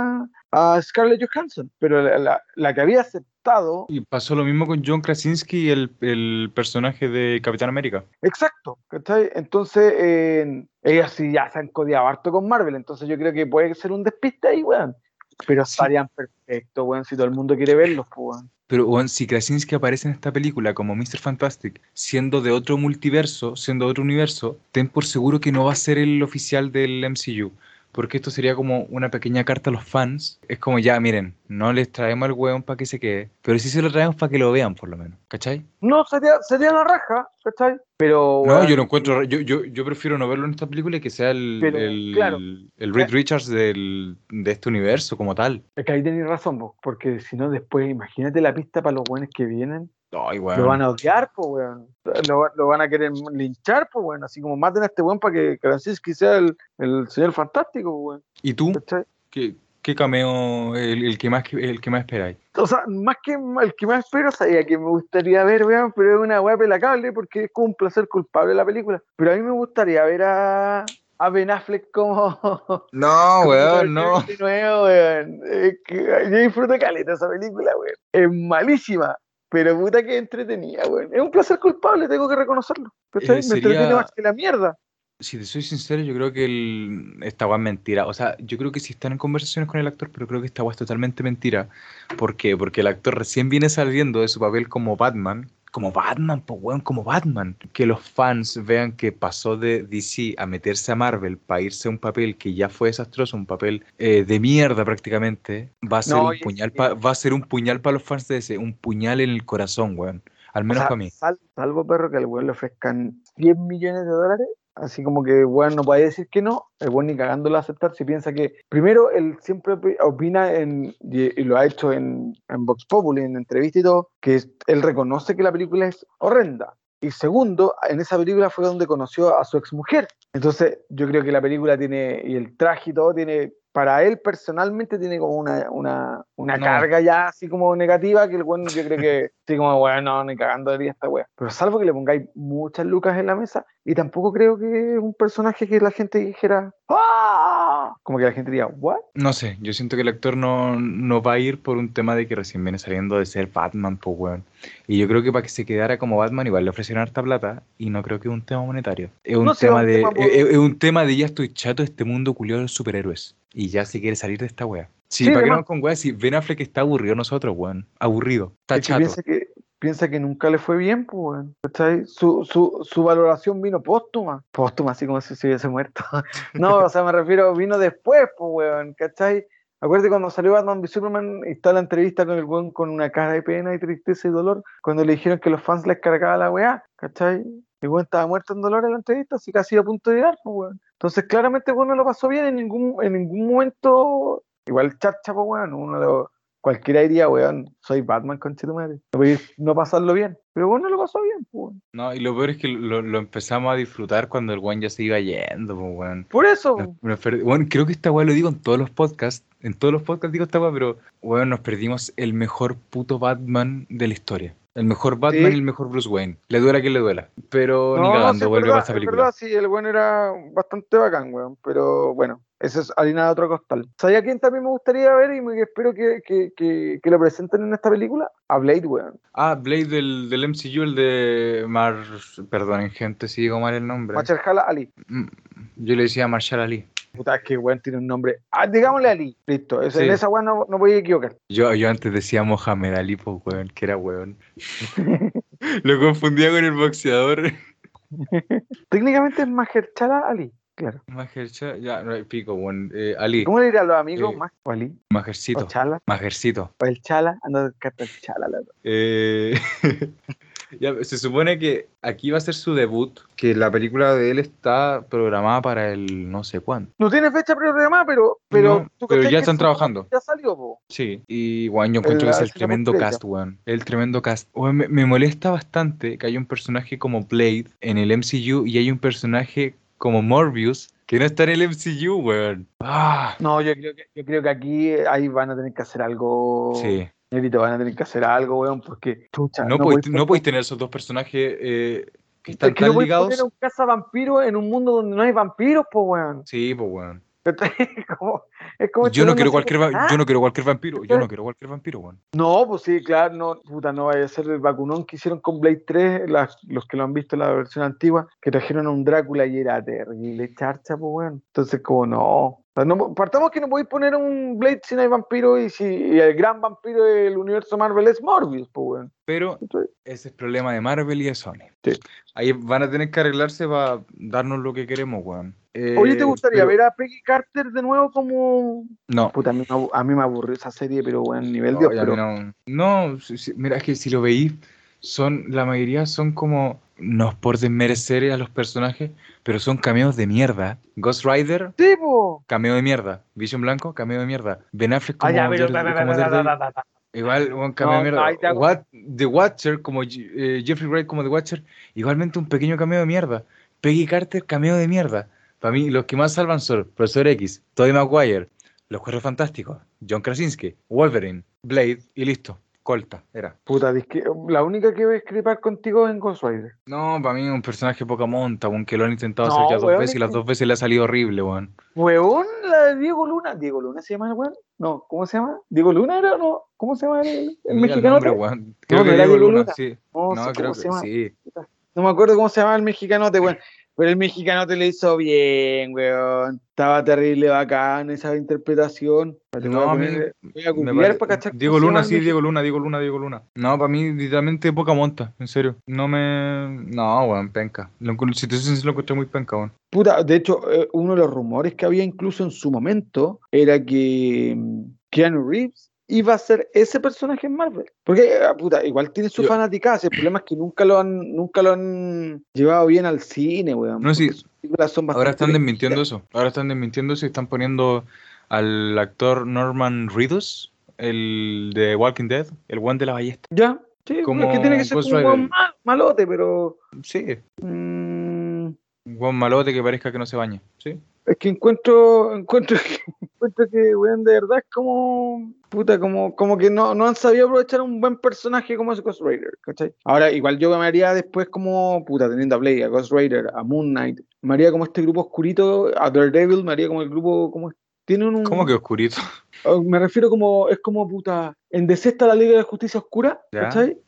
a Scarlett Johansson, pero la, la- la que había aceptado, Y pasó lo mismo con John Krasinski y el, el personaje de Capitán América. exacto, ¿cachai? Entonces, eh, ellas sí ya se han codiado harto con Marvel, entonces yo creo que puede ser un despiste ahí, weón. Pero Sí, estarían perfectos, weón, si todo el mundo quiere verlos, pues, weón. pero bueno, si Krasinski aparece en esta película como míster Fantastic, siendo de otro multiverso, siendo de otro universo, ten por seguro que no va a ser el oficial del M C U. Porque esto sería como una pequeña carta a los fans. Es como ya, miren, no les traemos al weón para que se quede, pero sí se lo traemos para que lo vean por lo menos. ¿Cachai? No, sería, sería la raja, ¿cachai? Pero, No, yo weón, lo encuentro, yo, yo, yo prefiero no verlo en esta película y que sea el, pero, claro, el, el eh, Reed Richards del, de este universo como tal. es que ahí tenéis razón, vos, porque si no, después, imagínate la pista para los weones que vienen. Ay, Lo van weón. a odiar, pues, weón. Lo, va- lo van a querer linchar, pues, weón. Así como maten a este weón para que Krasinski sea el, el señor fantástico, pues, weón. ¿Y tú? ¿Cachai? ¿Qué, qué cameo el, el que más el que más esperáis? O sea, más que el que más espero, sabía que me gustaría ver, weón, pero es una weá pelacable porque es como un placer culpable la película. Pero a mí me gustaría ver a, a Ben Affleck como, No, como weón, Superman no. de nuevo, weón. Es que yo disfruto caleta esa película, weón. Es malísima, pero puta que entretenida, weón. Es un placer culpable, tengo que reconocerlo. Eh, ¿Cachai? Me entretiene sería, más que la mierda. si te soy sincero, yo creo que el, esta weá es mentira. O sea, yo creo que sí están en conversaciones con el actor, pero creo que esta weá es totalmente mentira. ¿Por qué? Porque el actor recién viene saliendo de su papel como Batman. Como Batman, pues weón, como Batman. Que los fans vean que pasó de D C a meterse a Marvel para irse a un papel que ya fue desastroso, un papel eh, de mierda prácticamente, va a ser No, un oye, puñal eh, pa- va a ser un puñal para los fans de ese, un puñal en el corazón, weón. Al o menos sea, para mí. sal- salvo perro que al weón le ofrezcan cien millones de dólares, así como que weón no puede decir que no, el weón ni cagándolo a aceptar si piensa que, primero, él siempre opi- opina en, y, y lo ha hecho en, en Vox Populi, en entrevista y todo, que es- él reconoce que la película es horrenda. Y segundo, en esa película fue donde conoció a su exmujer. Entonces, yo creo que la película tiene, y el traje y todo, tiene, para él personalmente, tiene como una, una, una No. carga ya así como negativa, que el bueno, yo creo que, sí, como, bueno, no, ni cagando diría esta wea. Pero salvo que le pongáis muchas lucas en la mesa, y tampoco creo que es un personaje que la gente dijera, ¡ah! Como que la gente diría, ¿what? No sé, yo siento que el actor no, no va a ir por un tema de que recién viene saliendo de ser Batman, pues weón. Y yo creo que para que se quedara como Batman igual le ofrecieron harta plata y no creo que es un tema monetario. Es un No sé, tema un de, tema es, por... es un tema de ya estoy chato de este mundo culiado de los superhéroes. Y ya se quiere salir de esta wea. Sí, Sí, ¿para qué no demás. con wea? Si Ben Affleck está aburrido nosotros, weón. Aburrido. Está Es que chato. piensa que piensa que nunca le fue bien, pues, weón. ¿Cachai? Su, su, su valoración vino póstuma. Póstuma, así como si se hubiese muerto. No, o sea, me refiero, vino después, pues, weón. ¿Cachai? Acuérdate cuando salió Batman v Superman y está la entrevista con el weón con una cara de pena y tristeza y dolor, cuando le dijeron que los fans les cargaba la weá, ¿cachai? El weón estaba muerto en dolor en la entrevista, así casi a punto de llegar, pues, weón. Entonces, claramente, weón no lo pasó bien en ningún, en ningún momento. Igual charcha, pues, weón. Uno lo, cualquiera diría, weón, soy Batman, conchetumare. No voy a no pasarlo bien. Pero bueno, lo pasó bien, pues, weón. No, y lo peor es que lo, lo empezamos a disfrutar cuando el weón ya se iba yendo, pues weón. Por Nos- eso, nos per- Bueno, creo que esta weá lo digo en todos los podcasts. En todos los podcasts digo esta weá, pero bueno, nos perdimos el mejor puto Batman de la historia. El mejor Batman y sí. el mejor Bruce Wayne. Le duela a quien le duela. Pero ni No, no, sí, cagando es vuelve para verdad, esta es película. verdad, sí, el weón era bastante bacán, weón. Pero bueno, eso es harina de otro costal. ¿Sabía quién también me gustaría ver y me, espero que, que, que, que lo presenten en esta película? A Blade, weón. Ah, Blade del, del M C U, el de Mar... Perdonen, gente, si digo mal el nombre. Mahershala Ali. Mm, Yo le decía Marshall Ali. Puta, es que weón tiene un nombre. Ah, digámosle Ali. Listo, eso- en Sí. esa weón no, no voy a equivocar. Yo, yo antes decía Mohamed Ali, pues weón, que era weón. Lo confundía con el boxeador. Técnicamente es Mahershala Ali, claro. Majercha, ya, no hay pico, weón. Eh, ¿Y Ali, cómo le dirán los amigos? eh, ¿Más o Ali? ¿O Majercito, Chala? Majercito. ¿O el Chala? Ando a descartar el Chala, la verdad. Eh, ya, se supone que aquí va a ser su debut, que la película de él está programada para el no sé cuándo. No tiene fecha programada, pero, pero No, tú pero cachai ya que están su debut trabajando. ya salió, po. Sí, y weón, yo encuentro El- que es la el escena tremendo post-crédito. cast, weón. El tremendo cast. Weón, me, me molesta bastante que haya un personaje como Blade en el M C U y hay un personaje como Morbius que no está en el M C U, weón. Ah, No, yo creo que, yo creo que aquí eh, ahí van a tener que hacer algo. sí. Negrito, van a tener que hacer algo, weón, porque, chucha, No no podéis, podéis no poner, podéis tener esos dos personajes eh, que es están que no tan podéis poner a ligados. un cazavampiro en un mundo donde no hay vampiros, po, weón. Sí, pues weón. como, es como este Yo no weón quiero sé cualquier, qué- va- ¿Ah? yo no quiero cualquier vampiro, yo no quiero cualquier vampiro, weón. No, pues sí, claro, no, puta, no vaya a ser el vacunón que hicieron con Blade tres, las- los que lo han visto en la versión antigua, que trajeron a un Drácula y era terrible, charcha, pues weón. Entonces, como no. O sea, no- partamos que no podéis poner un Blade si no hay vampiro y si y el gran vampiro del universo Marvel es Morbius, pues weón. Pero Entonces, ese es problema de Marvel y de Sony. sí. Ahí van a tener que arreglarse para darnos lo que queremos, weón. Oye, ¿te Eh, gustaría pero ver a Peggy Carter de nuevo como... no, Puta, a mí, me abu- a mí me aburrió esa serie, pero weón, nivel Dios, oye, a mí pero... no. No, si- si- mira, es que si lo veís, son, la mayoría son como, no es por desmerecer a los personajes, pero son cameos de mierda. Ghost Rider, Sí, po. cameo de mierda. Vision Blanco, cameo de mierda. Ben Affleck Ah, ya, como, pero... ta, Dare- ta, ta, como ta, ta, Daredevil, ta, ta, ta. igual un cameo de No, no, mierda. ahí te hago... What, The Watcher, como eh, Jeffrey Wright como The Watcher, igualmente un pequeño cameo de mierda. Peggy Carter, cameo de mierda. Para mí, los que más salvan son Profesor X, Tobey Maguire, Los Cuatro Fantásticos, John Krasinski, Wolverine, Blade y listo. Colta, era. Puta, disque- la única que voy a escribir contigo es en Ghost Rider. No, para mí es un personaje poca monta, weón, que lo han intentado hacer No, ya dos weón, veces y es las que... dos veces le ha salido horrible, weón. Weón, la de Diego Luna. ¿Diego Luna se llama el weón? No, ¿cómo se llama? ¿Diego Luna era o no? ¿Cómo se llama el, el Mira el nombre, mexicanote? weón. Creo No, que no era Diego Diego Luna, Luna. sí. No sé No, cómo creo se que llama. sí. No me acuerdo cómo se llama el mexicanote, weón. Pero el mexicanote le hizo bien, weón. Estaba terrible bacán esa interpretación. Te voy a No, a mí poner, voy a me googlear parece. para cachar cómo Diego se llama Luna, el sí, Diego mexicano. Luna, Diego Luna, Diego Luna. No, para mí, literalmente poca monta, en serio. No me. No, weón, penca. Lo encu- si te soy sincero, lo encontré muy penca, weón. Puta, de hecho, eh, uno de los rumores que había incluso en su momento era que mm, Keanu Reeves iba a ser ese personaje en Marvel. Porque, eh, puta, igual tiene su Yo- fanaticada. El problema es que nunca lo han, nunca lo han llevado bien al cine, weón. No, Porque sí, sus películas son ahora bastante están desmintiendo lentas. eso. Ahora están desmintiendo eso y están poniendo al actor Norman Reedus, el de Walking Dead, el one de la ballesta, Ya, sí, pues, es que tiene que como ser Ghost como un weón Rider. mal- malote, pero. Sí, mm, un buen malote que parezca que no se baña. Sí. es que encuentro, encuentro que, encuentro que, weón, de verdad es como, puta, como, como que no, no han sabido aprovechar un buen personaje como ese Ghost Rider, ¿cachai? Ahora, igual yo me haría después como, puta, teniendo a Blade, a Ghost Rider, a Moon Knight, me haría como este grupo oscurito, a Daredevil, me haría como el grupo, como, tienen ¿Cómo que un, oscurito? oh, me refiero como, es como, puta, en D C está la Liga de Justicia Oscura, ¿Ya? ¿cachai?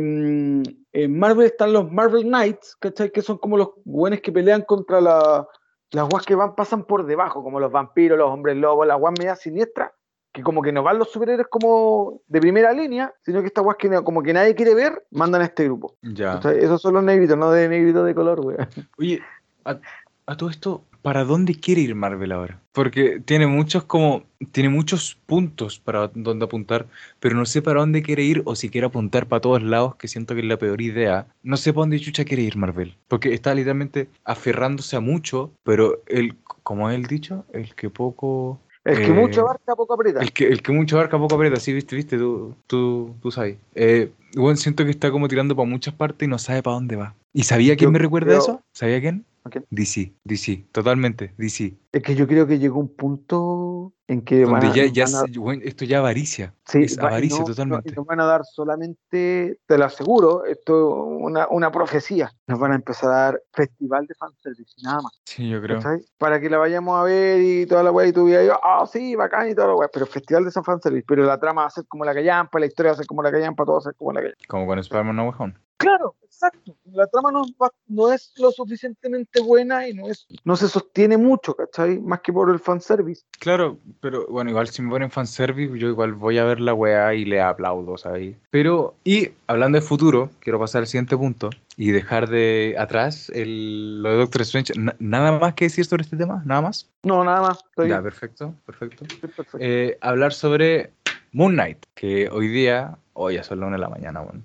Em, en Marvel están los Marvel Knights, ¿cachai? Que son como los güeyes que pelean contra la, las guas que van, pasan por debajo, como los vampiros, los hombres lobos, las guas medias siniestras, que como que no van los superhéroes como de primera línea, sino que estas guas que no- como que nadie quiere ver, mandan a este grupo. Ya. ¿Cachai? Esos son los negritos, no de negrito de color, güey. Oye, a, a todo esto, ¿para dónde quiere ir Marvel ahora? Porque tiene muchos como, tiene muchos puntos para dónde apuntar, pero no sé para dónde quiere ir o si quiere apuntar para todos lados, que siento que es la peor idea. No sé para dónde chucha quiere ir Marvel, porque está literalmente aferrándose a mucho, pero el, como es el dicho, el que poco... El que mucho eh, abarca, poco aprieta. el que, el que mucho abarca poco aprieta, sí, viste, viste, tú, tú, tú sabes. Eh, bueno, siento que está como tirando para muchas partes y no sabe para dónde va. ¿Y sabía quién Yo me recuerda creo, eso? ¿Sabía quién? ok. D C, D C, totalmente, D C. Es que yo creo que llegó un punto en que van Donde a, ya, nos ya, van a, es- bueno, esto ya es avaricia, sí, es va- y, avaricia no, y, no- y totalmente. nos van a dar solamente, te lo aseguro, esto es una, una profecía. Nos van a empezar a dar festival de fanservice, nada más. Sí, yo creo. ¿Cachai? Para que la vayamos a ver y toda la weá y tú digas, yo, ah, sí, bacán y toda la weá, pero festival de San fanservice, pero la trama va a ser como la callampa, la historia va a ser como la callampa, todo va a ser como la callampa. Como con Spider-Man No Way Home. Claro, exacto. La trama no, va- no es lo suficientemente buena y no es, no se sostiene mucho, ¿cachai? Más que por el fanservice. Claro, pero bueno, igual si me ponen fanservice, yo igual voy a ver la weá y le aplaudo, ¿sabes? Pero, y hablando de futuro, quiero pasar al siguiente punto y dejar de atrás el, lo de Doctor Strange. Na- ¿Nada más que decir sobre este tema? ¿Nada más? No, nada más, estoy, Ya, perfecto, perfecto. estoy perfecto. Eh, hablar sobre Moon Knight, que hoy día, hoy ya son las una de la mañana, bueno,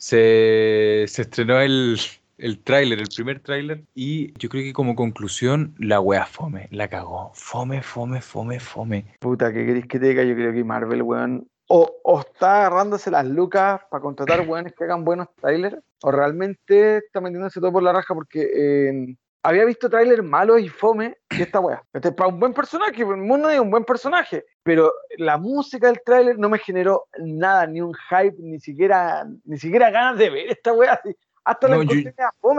se, se estrenó el, el tráiler, el primer tráiler, y yo creo que como conclusión, la wea fome, la cagó. Fome, fome, fome, fome. Puta, ¿qué queréis que te diga? Yo creo que Marvel, weón, o, o está agarrándose las lucas para contratar weones que hagan buenos trailers, o realmente está metiéndose todo por la raja porque eh, había visto trailers malos y fome que esta weá. Este, para un buen personaje, Moon Knight es un buen personaje, pero la música del tráiler no me generó nada, ni un hype, ni siquiera, ni siquiera ganas de ver esta weá. Así. Hasta la No, yo, encontré media fome.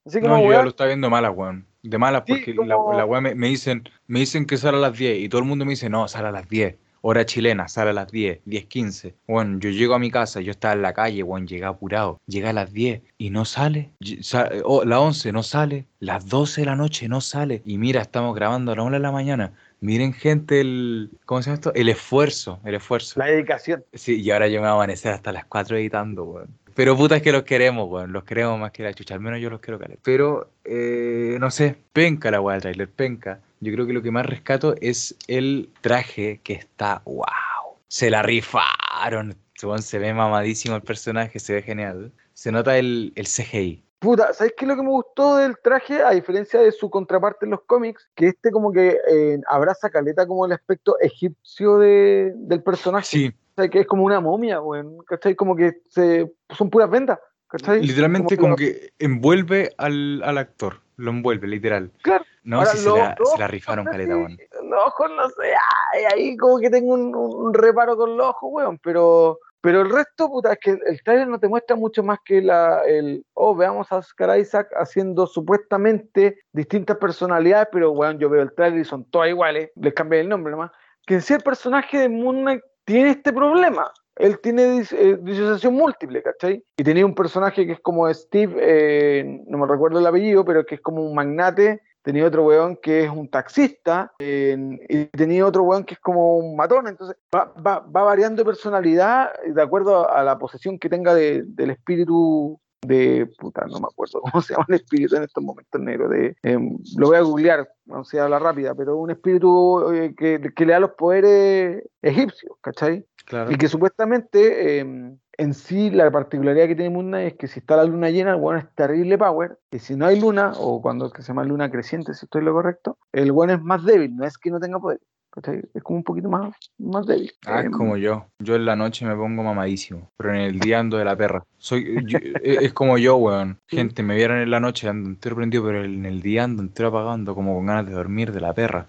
Así No, como, yo ya weón, lo estaba viendo de malas, weón. De malas, sí, porque la, la como, weá me, me dicen, me dicen que sale a las diez y todo el mundo me dice, no, sale a las diez. Hora chilena, sale a las diez, diez quince. Bueno, yo llego a mi casa, yo estaba en la calle, bueno, llegué apurado. Llegué a las diez y no sale. Ll- sa- oh, las once no sale. Las doce de la noche no sale. Y mira, estamos grabando a las una de la mañana. Miren, gente, el. ¿Cómo se llama esto? El esfuerzo, el esfuerzo. la dedicación. Sí, y ahora yo me voy a amanecer hasta las cuatro editando, weón. Pero puta es que los queremos, weón. Los queremos más que la chucha. Al menos yo los quiero caler. Pero, eh, no sé, penca la weá del trailer, penca. Yo creo que lo que más rescato es el traje que está, wow. Se la rifaron. Este weón, se ve mamadísimo el personaje, se ve genial. Se nota el, el C G I. Puta, ¿sabes qué es lo que me gustó del traje? A diferencia de su contraparte en los cómics, que este como que eh, abraza caleta como el aspecto egipcio de, del personaje. Sí, O sea, que es como una momia, weón, ¿cachai? Como que se, son puras vendas, ¿cachai? Como literalmente que lo- como que envuelve al, al actor. Lo envuelve, literal. claro. No, Ahora, sí se los la, los se la ojos, no rifaron sé caleta, weón. si, los ojos, no sé, ay, ahí como que tengo un, un reparo con los ojos, weón, pero, pero el resto, puta, es que el, el trailer no te muestra mucho más que la, el, oh, veamos a Oscar Isaac haciendo supuestamente distintas personalidades, pero, weón, yo veo el trailer y son todas iguales, les cambié el nombre nomás, que en sí el personaje de Moon Knight tiene este problema. Él tiene dis- eh, disociación múltiple, ¿cachai? Y tenía un personaje que es como Steve, eh, no me recuerdo el apellido, pero que es como un magnate. Tenía otro weón que es un taxista, eh, y tenía otro weón que es como un matón. Entonces va, va, va variando de personalidad de acuerdo a la posesión que tenga de, del espíritu de, puta, no me acuerdo cómo se llama el espíritu en estos momentos negros. De, eh, lo voy a googlear, no sé, habla rápida, pero un espíritu eh, que, que le da los poderes egipcios, ¿cachai? Y Claro. que supuestamente eh, en sí la particularidad que tiene Moon Knight es que si está la luna llena, el weón es terrible power, y si no hay luna, o cuando es que se llama luna creciente, si estoy en lo correcto, el weón es más débil, no es que no tenga poder, ¿cachai? Es como un poquito más, más débil. Ah, es Eh, como yo. Yo en la noche me pongo mamadísimo, pero en el día ando de la perra. Soy, yo- e- es como yo, weón. sí. Gente, me vieron en la noche ando entero prendido, pero en el día ando entero apagado, ando como con ganas de dormir de la perra.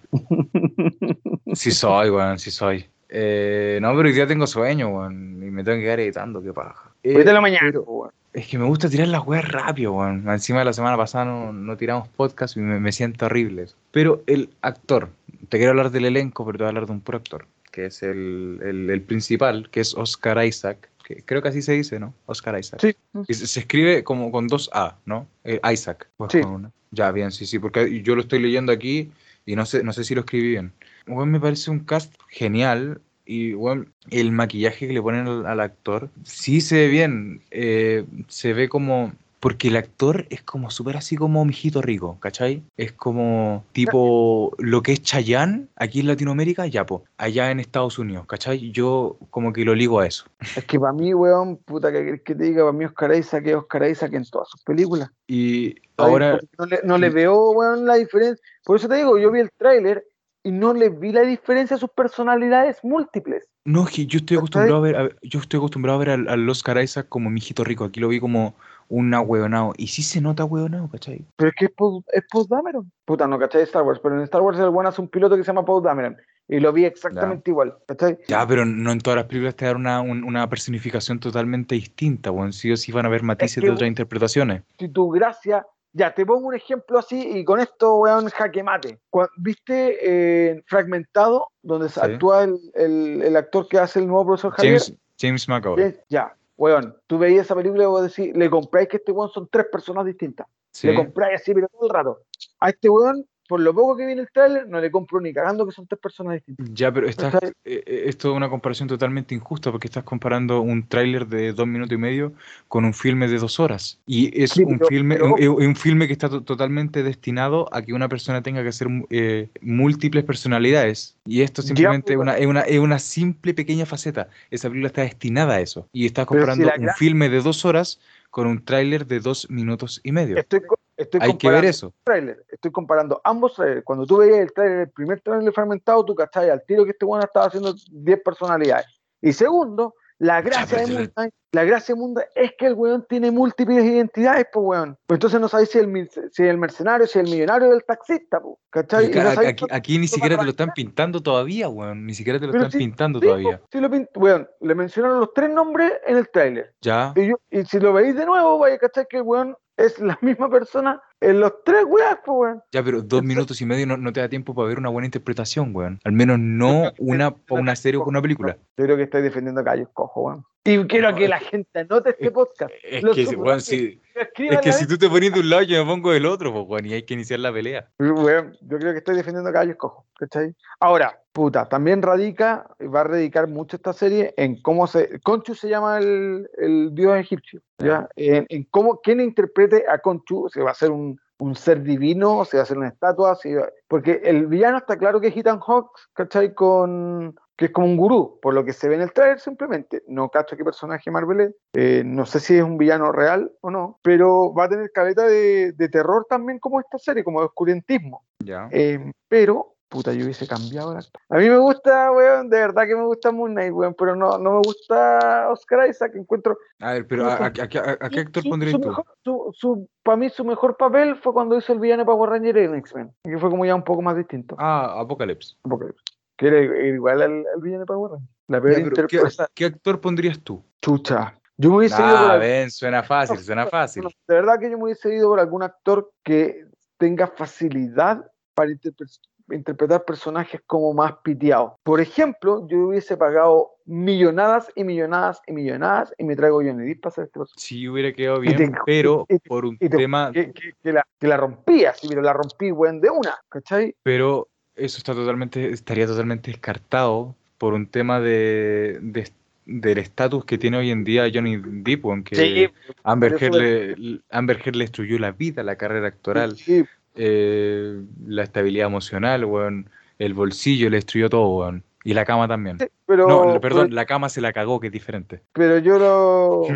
Sí soy, weón, sí soy. Eh, no, pero hoy día tengo sueño, weón, y me tengo que quedar editando, qué paja. Ahorita en Eh, la mañana, pero pues, weón. es que me gusta tirar las weas rápido, weón. Encima de la semana pasada no, no tiramos podcast y me, me siento horrible. Pero el actor, te quiero hablar del elenco, pero te voy a hablar de un puro actor, que es el, el, el principal, que es Oscar Isaac, que creo que así se dice, ¿no? Oscar Isaac. Sí, Y se, se escribe como con dos A, ¿no? Eh, Isaac, pues sí. con una. Ya, bien, sí, sí, porque yo lo estoy leyendo aquí y no sé, no sé si lo escribí bien. Weón, me parece un cast genial. Y weón, el maquillaje que le ponen al, al actor, sí se ve bien. Eh, se ve como. Porque el actor es como súper así como mijito rico, ¿cachai? Es como tipo lo que es Chayanne aquí en Latinoamérica, ya, po, allá en Estados Unidos, ¿cachai? Yo como que lo ligo a eso. Es que para mí, weón, puta, que querés que te diga, para mí Oscar Isaac es Oscar Isaac en todas sus películas. Y ¿Sabes? ahora, Como que no le, no le veo, weón, la diferencia. Por eso te digo, yo vi el tráiler y no le vi la diferencia a sus personalidades múltiples. no, es que yo estoy ¿Cachai? acostumbrado a ver, a ver- yo estoy acostumbrado a ver al, al Oscar Isaac como mijito rico. Aquí lo vi como un ahueonado. Y sí se nota ahueonado, ¿cachai? Pero es que es Paul, es Paul Dameron. Puta, no, ¿cachai? Star Wars, pero en Star Wars el bueno hace un piloto que se llama Paul Dameron. Y lo vi Ya. exactamente igual, ¿cachai? Ya, pero no en todas las películas te dan una, un- una personificación totalmente distinta, bueno, sí o sí van a haber Es matices que de otras interpretaciones. si tu gracia. Ya, te pongo un ejemplo así y con esto, weón, jaque mate. Cua- ¿Viste eh, Fragmentado, donde se Sí. actúa el, el, el actor que hace el nuevo profesor Javier? James, James McAvoy. Bien, ya, weón, tú veías esa película y vos decís, le compráis que este weón son tres personas distintas. Le Sí. compráis así, pero todo el rato. A este weón, por lo poco que viene el trailer, no le compro ni cagando que son tres personas distintas. Ya, pero estás, ¿Cachai? eh, eh, esto es una comparación totalmente injusta porque estás comparando un tráiler de dos minutos y medio con un filme de dos horas. Y es Sí, un pero, filme, pero un, es ojo, un filme que está to- totalmente destinado a que una persona tenga que hacer eh, múltiples personalidades. Y esto ya, simplemente es pues, una, es una, es una simple pequeña faceta. Esa película está destinada a eso. Y estás pero si comparando la un gra- filme de dos horas con un tráiler de dos minutos y medio. estoy, co- estoy Hay que ver comparando eso. trailer, estoy comparando ambos trailers. Cuando tú veías el trailer, el primer trailer fragmentado, tú cachai al tiro que este weón estaba haciendo diez personalidades. Y segundo, la Ya, gracia pero de te Moon lo, Knight. La gracia munda es que el weón tiene múltiples identidades, pues weón. Pues entonces no sabéis si el, mi- si el mercenario, si el millonario o el taxista, pues, Y ¿cachai? Y ca- no a- sabéis aquí, cuánto aquí ni lo van siquiera a te lo están arrancar. pintando todavía, weón. Ni siquiera te lo Pero están sí, pintando sí, pues, todavía. sí lo pint- weón, le mencionaron los tres nombres en el tráiler. ¿Ya? Y, yo- y si lo veis de nuevo, vais a cachar que el weón es la misma persona en los tres weas, pues weón. Ya, pero dos Entonces, minutos y medio no, no te da tiempo para ver una buena interpretación, weón. Al menos yo creo no que estoy una para defendiendo a una Callos serie o para Cojo. una película. Yo creo que estoy defendiendo a Callos Cojo, weón. Y quiero No, que es la que, gente anote este es, podcast, es lo que, weón, subraye, si, lo es escriba en que la si tú te pones de un lado, yo me pongo del otro, pues, weón, y hay que iniciar la pelea. Weón, yo creo que estoy defendiendo a Gallos Cojo, ¿cachai? Ahora, puta, también radica, va a radicar mucho esta serie en cómo se. Conchu se llama el, el dios egipcio, Ya. ¿ya? En, en cómo, quién interprete a Conchu, si va a ser un, un ser divino, si va a ser una estatua, si va- porque el villano está claro que es Ethan Hawke, ¿cachai? Con. Que es como un gurú, por lo que se ve en el trailer simplemente. No cacho qué personaje Marvel es. Eh, no sé si es un villano real o no, pero va a tener caleta de, de terror también como esta serie, como de oscurantismo. Ya. Eh, pero, puta, yo hubiese cambiado el actor. A mí me gusta, weón, de verdad que me gusta Moon Knight, weón, pero no, no me gusta Oscar Isaac. Encuentro A ver, pero ¿a, a- puta, a qué a- a qué su, actor su, su pondrías tú? mejor, su, su, para mí su mejor papel fue cuando hizo el villano de Power Ranger en X-Men, que fue como ya un poco más distinto. Ah, Apocalypse. Porque, que era igual al, al villano de Power Ranger. La peor Ya, pero ¿qué, interpretación. qué actor pondrías tú? Chucha. Yo me hubiese ido por Ah, algún. ven, suena No, fácil, suena no, no, fácil. de verdad que yo me hubiese ido por algún actor que tenga facilidad para interpre- interpretar personajes como más piteados. Por ejemplo, yo hubiese pagado millonadas y millonadas y millonadas y me traigo a Johnny Depp para hacer este personaje. Sí hubiera quedado Y te, bien, pero y, y- por un y te juro tema, que, que- que la, que la rompí así, pero la rompí, weón, de una, ¿cachai? pero eso está totalmente, estaría totalmente descartado por un tema de, de- del estatus que tiene hoy en día Johnny Depp, Sí, aunque Amber salió Heard súper. le, Amber Heard le destruyó la vida, la carrera actoral, Sí, eh, la estabilidad emocional, weón, el bolsillo le destruyó todo, weón, y la cama también. sí, No, la- pero, pero, perdón, la cama se la cagó, que es diferente. pero yo lo.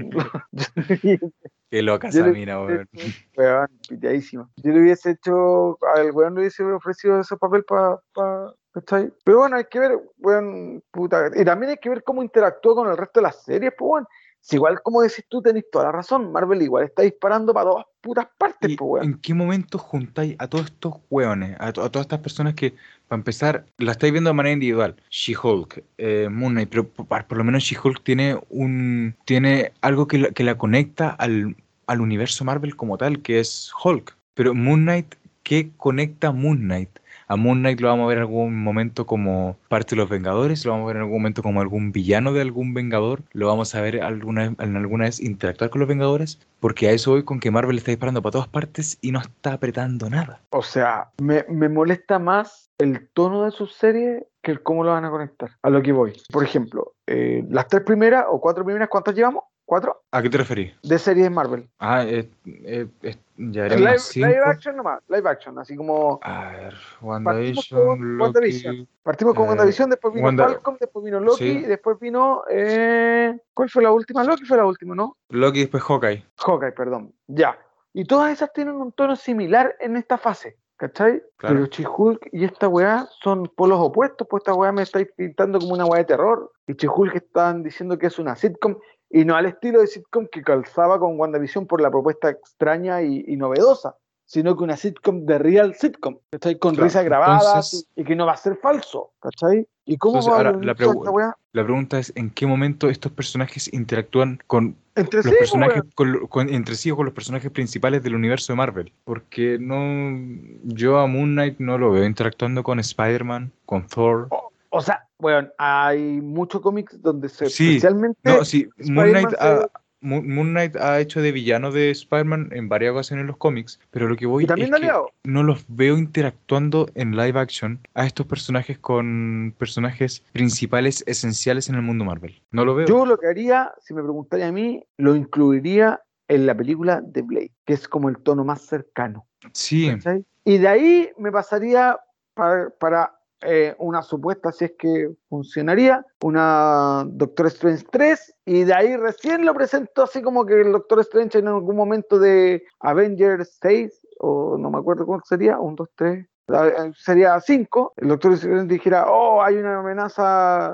Qué loca Yo esa le mina, hubiese weón. hecho, weón, piteadísimo. Yo le hubiese hecho, al weón le hubiese ofrecido ese papel para, pa, ¿cachai? Pero bueno, hay que ver, weón, puta. Y también hay que ver cómo interactúa con el resto de las series, pues, weón. Si igual, como decís tú, tenés toda la razón, Marvel igual está disparando para todas putas partes, ¿Y pues, weón. en qué momento juntáis a todos estos hueones, a, to- a todas estas personas que, para empezar, la estáis viendo de manera individual? She-Hulk, eh, Moon Knight, pero por, por lo menos She-Hulk tiene un, tiene algo que la, que la conecta al, al universo Marvel como tal, que es Hulk. Pero Moon Knight, ¿qué conecta a Moon Knight? A Moon Knight lo vamos a ver en algún momento como parte de los Vengadores, lo vamos a ver en algún momento como algún villano de algún Vengador, lo vamos a ver alguna, en alguna vez interactuar con los Vengadores, porque a eso voy con que Marvel está disparando para todas partes y no está apretando nada. O sea, me, me molesta más el tono de sus series que el cómo lo van a conectar. A lo que voy. Por ejemplo, eh, las tres primeras o cuatro primeras, ¿cuántas llevamos? ¿Cuatro? ¿A qué te referís? De series de Marvel. Ah, eh, eh, eh, ya haremos unas Live, live cinco. action nomás, live action, así como A ver, partimos con WandaVision, WandaVision. Loki, Partimos con eh, WandaVision, después vino Wanda, Falcon, después vino Loki, sí, y después vino. eh, ¿Cuál fue la última? Loki fue la última, ¿no? Loki después Hawkeye, Hawkeye, perdón. Ya. Y todas esas tienen un tono similar en esta fase, ¿cachai? Pero claro. She-Hulk y esta weá son polos opuestos, pues esta weá me estáis pintando como una weá de terror. Y She-Hulk están diciendo que es una sitcom, y no al estilo de sitcom que calzaba con WandaVision por la propuesta extraña y, y novedosa, sino que una sitcom de real sitcom, ¿cachai? Con Claro, risas grabadas y, entonces, y que no va a ser falso, ¿cachai? ¿Y cómo entonces va a ahora la, unirse esta pregu- weá? la pregunta es, ¿en qué momento estos personajes interactúan con Entre sí, los pues, personajes, weón. con, lo- con- entre sí o con los personajes principales del universo de Marvel? Porque no, yo a Moon Knight no lo veo interactuando con Spider-Man, con Thor. O, o sea, bueno, hay muchos cómics donde se, Sí, no, especialmente sí, Moon Knight Spider-Man se. ha, Mo- Moon Knight ha hecho de villano de Spider-Man en varias ocasiones en los cómics, pero lo que Y voy también es de que aliado. no los veo interactuando en live action a estos personajes con personajes principales esenciales en el mundo Marvel. No lo veo. Yo lo que haría, si me preguntaría a mí, lo incluiría en la película de Blade, que es como el tono más cercano, Sí, ¿cachai? Y de ahí me pasaría para, para eh, una supuesta, si es que funcionaría, una Doctor Strange tres, y de ahí recién lo presento así como que el Doctor Strange en algún momento de Avengers seis, o no me acuerdo cuál sería, un, dos, tres, sería cinco, el Doctor Strange dijera, oh, hay una amenaza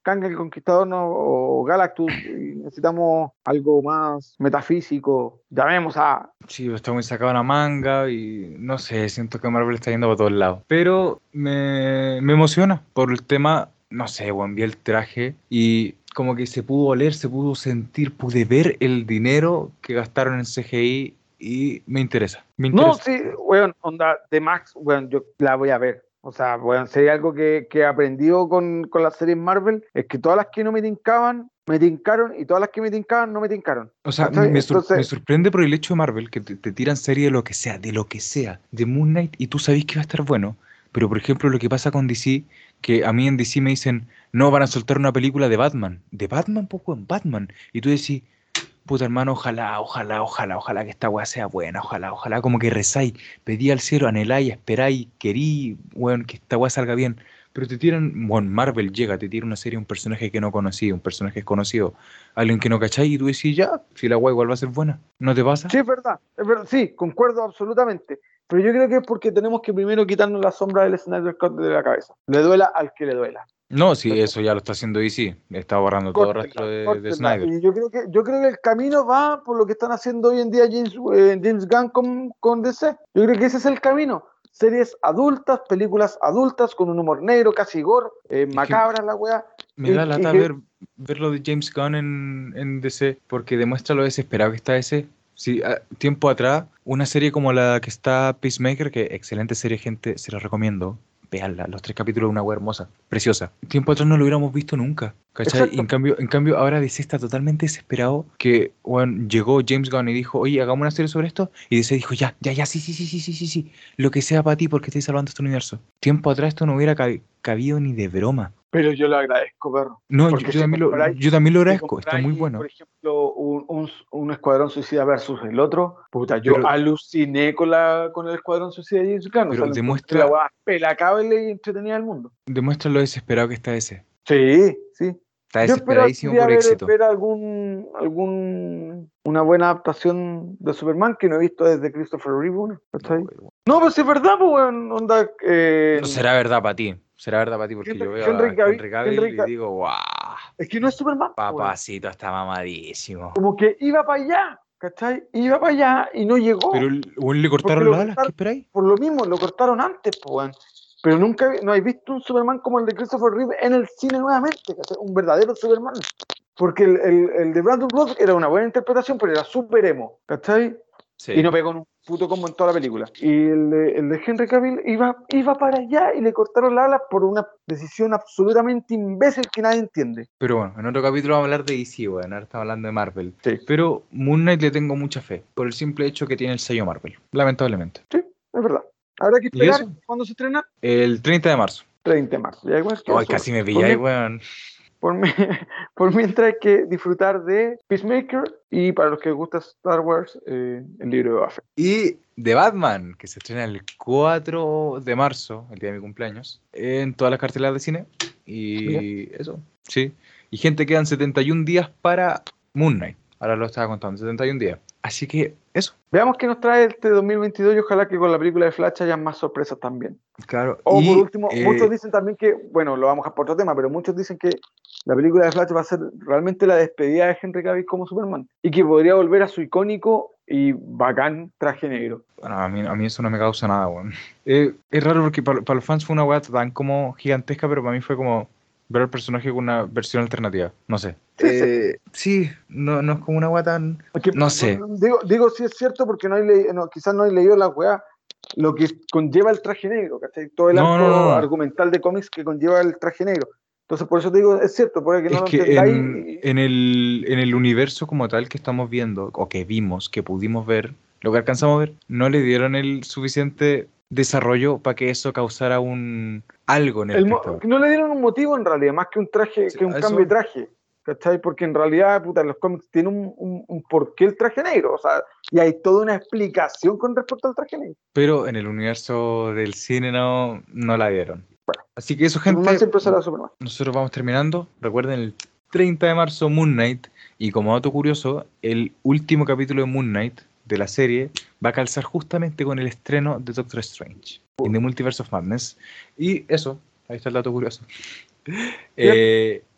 Kang el Conquistador no, o Galactus, y necesitamos algo más metafísico. Llamemos a... Sí, está muy sacado una manga y no sé, siento que Marvel está yendo por todos lados. Pero me, me emociona por el tema, no sé, bueno, vi el traje y como que se pudo oler, se pudo sentir, pude ver el dinero que gastaron en C G I y me interesa, me No, interesa. sí, weón, onda de Max, weón, yo la voy a ver. O sea, weón, si hay algo que, que he aprendido con, con las series Marvel, es que todas las que no me tincaban, me tincaron, y todas las que me tincaban, no me tincaron. O sea, me, ¿Cachai? me sor- me Entonces, sorprende por el hecho de Marvel que te, te tiran serie de lo que sea, de lo que sea, de Moon Knight y tú sabes que va a estar bueno. Pero por ejemplo, lo que pasa con D C, que a mí en D C me dicen, no, van a soltar una película de Batman. ¿De Batman? Pues, weón, Batman. Y tú decís, puta hermano, ojalá, ojalá, ojalá, ojalá que esta weá sea buena, ojalá, ojalá, como que rezáis, pedí al cielo, anheláis, esperáis, querí, weón, que esta weá salga bien. Pero te tiran, bueno, Marvel llega, te tira una serie, un personaje que no conocí, un personaje desconocido, alguien que no cacháis, y tú decís, ya, si la weá igual va a ser buena. ¿No te pasa? sí, es verdad, es verdad, sí, concuerdo absolutamente. Pero yo creo que es porque tenemos que primero quitarnos la sombra del Snyder Cut de la cabeza. Le duela al que le duela. No, sí, eso ya lo está haciendo D C, está borrando todo rastro Córtenla, de, de córtenla. Snyder. Y yo creo que, yo creo que el camino va por lo que están haciendo hoy en día James, eh, James Gunn con, con D C. Yo creo que ese es el camino. Series adultas, películas adultas con un humor negro, casi gore, eh, Es que macabra la weá. me Y, da y lata que, ver, ver lo de James Gunn en, en D C, porque demuestra lo desesperado que está D C. Sí, a- tiempo atrás, una serie como la que está Peacemaker, que excelente serie, gente, se la recomiendo. Veanla, los tres capítulos de una wea hermosa, preciosa. Tiempo atrás no lo hubiéramos visto nunca, ¿cachai? Y en exacto. cambio, en cambio ahora D C está totalmente desesperado que, bueno, llegó James Gunn y dijo, oye, hagamos una serie sobre esto. Y D C dijo, ya, ya, ya, sí, sí, sí, sí, sí, sí, sí, lo que sea para ti porque estoy salvando este universo. Tiempo atrás esto no hubiera cabi- cabido ni de broma. Pero yo lo agradezco, perro. No, yo, Porque yo si también lo, comparáis, yo también lo si agradezco, está muy comparáis, por bueno. ejemplo, un, un, un Escuadrón Suicida versus el otro, puta, yo Pero, aluciné con, la, con el Escuadrón Suicida de James Gunn. O sea, pero lo encontré la demuestra, weá pelacable y entretenida del mundo. demuestra lo desesperado que está ese. Sí, sí. Está Yo espero algún desesperadísimo día por ver, éxito. ver algún, algún, una buena adaptación de Superman que no he visto desde Christopher Reeve. No, ¿Cachai? No, pero si es verdad, pues, weón, onda, eh, no será verdad para ti, será verdad para ti porque Henry, yo veo Henry a Cavill, Henry Henry Cavill y Ca- digo, guau, es que no es Superman, pues, weón. papacito está mamadísimo. Como que iba para allá, ¿cachai? Iba para allá y no Pero llegó, el weón le porque cortaron lo las alas, ¿qué cortaron, esperáis? por lo mismo, lo cortaron antes, pues, weón. Pero nunca, vi- no hay visto un Superman como el de Christopher Reeve en el cine nuevamente, ¿cachai? Un verdadero Superman. Porque el, el, el de Brandon Routh era una buena interpretación, pero era súper emo, ¿cachai? Y Sí, no pegó en un puto combo en toda la película. Y el de, el de Henry Cavill iba, iba para allá y le cortaron las alas por una decisión absolutamente imbécil que nadie entiende. pero bueno, en otro capítulo vamos a hablar de D C, weón, ahora estamos hablando de Marvel. Sí, Pero Moon Knight le tengo mucha fe, por el simple hecho que tiene el sello Marvel, lamentablemente. sí, es verdad. Habrá que ¿Y esperar eso? cuando se estrena. El treinta de marzo. treinta de marzo. Ya igual queda Ay, súper. casi me Por, pilláis, mien- weón. por, mi- por mientras hay que disfrutar de Peacemaker y para los que les gusta Star Wars, eh, el libro de Boba Fett. Y de Batman, que se estrena el cuatro de marzo, el día de mi cumpleaños, en todas las carteleras de cine. Mira. Y eso, sí. Y gente, quedan setenta y un días para Moon Knight. Ahora lo estaba contando, setenta y un días. Así que eso, Veamos qué nos trae este dos mil veintidós y ojalá que con la película de Flash haya más sorpresas también. claro. O por Y último, muchos eh, dicen también que, bueno, lo vamos a dejar por otro tema, pero muchos dicen que la película de Flash va a ser realmente la despedida de Henry Cavill como Superman y que podría volver a su icónico y bacán traje negro. bueno, a mí, a mí eso no me causa nada, weón. Eh, es raro porque para, para los fans fue una weá tan como gigantesca, pero para mí fue como ver al personaje con una versión alternativa. No sé. Sí, sí. Eh, sí, no, no es como una weá tan. Porque, No sé. digo, digo si es cierto porque no hay le- no, quizás no he leído la weá, lo que conlleva el traje negro, ¿cachai? Todo el No, no, arco no, no. argumental de cómics que conlleva el traje negro. Entonces, por eso te digo, es cierto, puede que no Es lo que entendáis. en, y- en el, en el universo como tal que estamos viendo, o que vimos, que pudimos ver, lo que alcanzamos a ver, no le dieron el suficiente desarrollo para que eso causara un algo en el el mo- espectador. no le dieron un motivo en realidad, más que un traje, Sí, que un a eso cambio de voy. traje, ¿cachai? Porque en realidad, puta, los cómics tienen un, un, un porqué el traje negro, o sea, y hay toda una explicación con respecto al traje negro. Pero en el universo del cine no, no la dieron. Así que eso, Superman gente, siempre será Superman. nosotros vamos terminando. Recuerden el treinta de marzo Moon Knight. Y como dato curioso, el último capítulo de Moon Knight de la serie va a calzar justamente con el estreno de Doctor Strange en The Multiverse of Madness. Y eso, ahí está el dato curioso. Bien. Eh,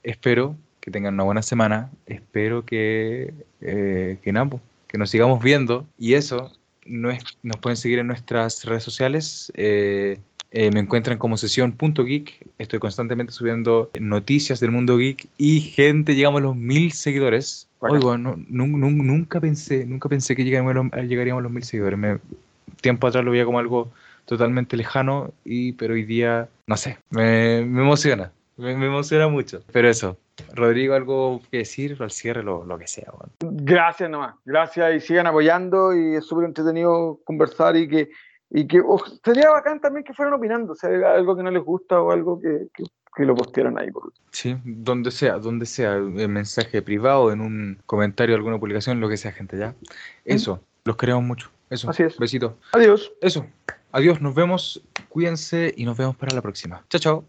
espero que tengan una buena semana. Espero que, eh, que, nada, po, que nos sigamos viendo. Y eso, no es, nos pueden seguir en nuestras redes sociales. Eh, eh, me encuentran como sesión punto geek. Estoy constantemente subiendo noticias del mundo geek. Y gente, llegamos a los mil seguidores. Bacán. Oigo, no, nu- nu- nunca pensé, nunca pensé que llegaríamos a los, llegaríamos a los mil seguidores. Me, tiempo atrás lo veía como algo totalmente lejano, y, pero hoy día, no sé, me, me emociona. Me, me emociona mucho. Pero eso, Rodrigo, ¿algo que decir al cierre? Lo, lo que sea, bueno. Gracias nomás, gracias y sigan apoyando y es súper entretenido conversar y que, y que oh, sería bacán también que fueran opinando, si hay algo que no les gusta o algo que, que, que lo postearan ahí por último. Sí, donde sea, donde sea, en mensaje privado, en un comentario, alguna publicación, lo que sea, gente, ya. Eso, los queremos mucho. Eso, Así es. besito. Adiós. Eso, adiós, nos vemos, cuídense y nos vemos para la próxima. Chao, chao.